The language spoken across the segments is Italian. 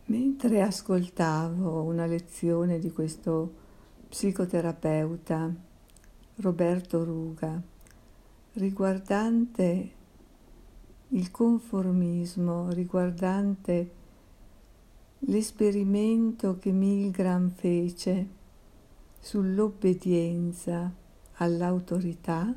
Mentre ascoltavo una lezione di questo psicoterapeuta, Roberto Ruga, riguardante il conformismo, riguardante l'esperimento che Milgram fece sull'obbedienza all'autorità,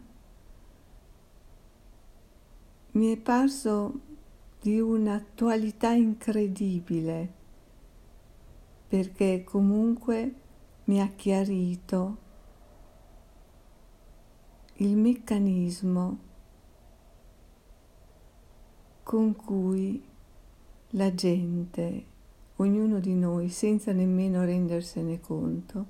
mi è parso di un'attualità incredibile, perché comunque mi ha chiarito il meccanismo con cui la gente, ognuno di noi, senza nemmeno rendersene conto,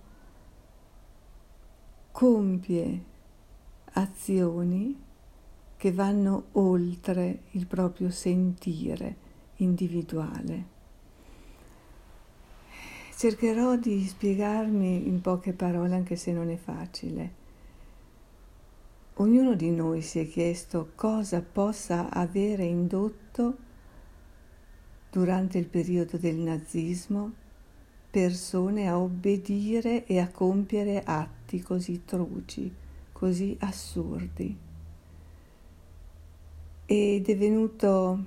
compie azioni che vanno oltre il proprio sentire individuale. Cercherò di spiegarmi in poche parole, anche se non è facile. Ognuno di noi si è chiesto cosa possa avere indotto, durante il periodo del nazismo, persone a obbedire e a compiere atti così truci, così assurdi. Ed è venuto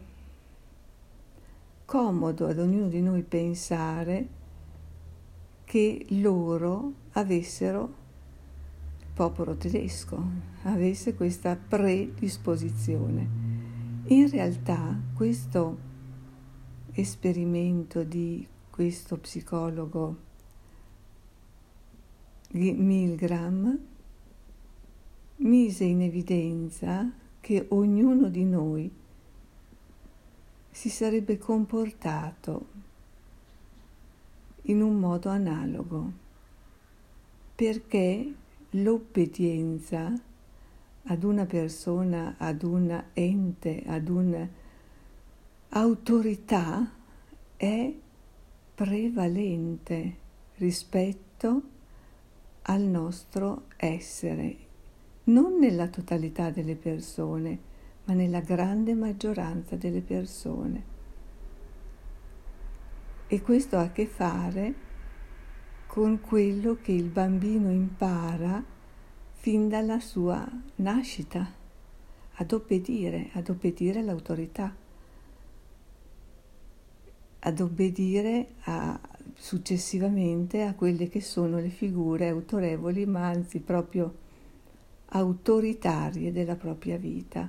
comodo ad ognuno di noi pensare che loro avessero, il popolo tedesco, avesse questa predisposizione. In realtà questo esperimento di questo psicologo Milgram mise in evidenza che ognuno di noi si sarebbe comportato in un modo analogo, perché l'obbedienza ad una persona, ad un ente, ad un'autorità è prevalente rispetto al nostro essere, non nella totalità delle persone, ma nella grande maggioranza delle persone. E questo ha a che fare con quello che il bambino impara fin dalla sua nascita, ad obbedire all'autorità, ad obbedire successivamente a quelle che sono le figure autorevoli, ma anzi proprio autoritarie della propria vita.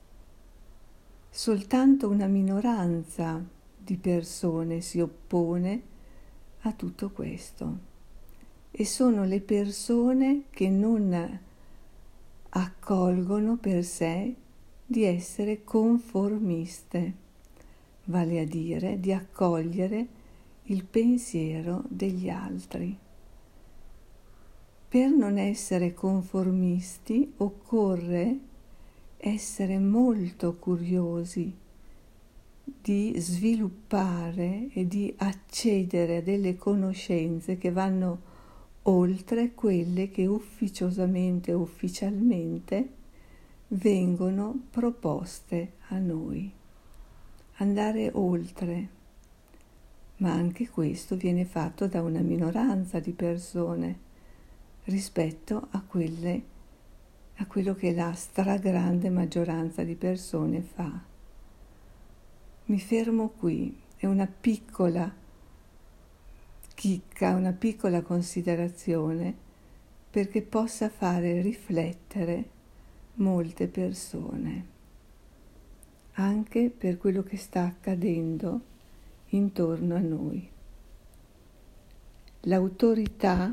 Soltanto una minoranza di persone si oppone a tutto questo, e sono le persone che non accolgono per sé di essere conformiste, vale a dire di accogliere il pensiero degli altri. Per non essere conformisti occorre essere molto curiosi di sviluppare e di accedere a delle conoscenze che vanno oltre quelle che ufficiosamente, ufficialmente vengono proposte a noi. Andare oltre, ma anche questo viene fatto da una minoranza di persone rispetto a quello che la stragrande maggioranza di persone fa. Mi fermo qui, è una piccola chicca, una piccola considerazione perché possa fare riflettere molte persone, anche per quello che sta accadendo intorno a noi. L'autorità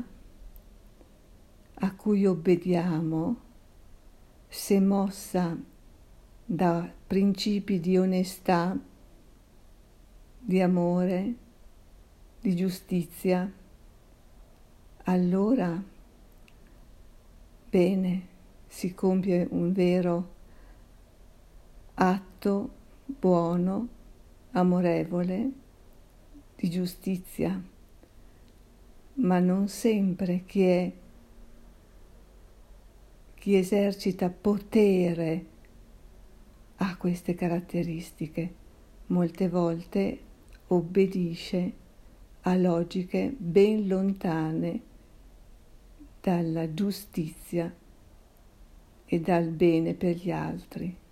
a cui obbediamo, se mossa da principi di onestà, di amore, di giustizia, allora bene, si compie un vero atto buono, amorevole, di giustizia, ma non sempre chi esercita potere ha queste caratteristiche. Molte volte obbedisce a logiche ben lontane dalla giustizia e dal bene per gli altri.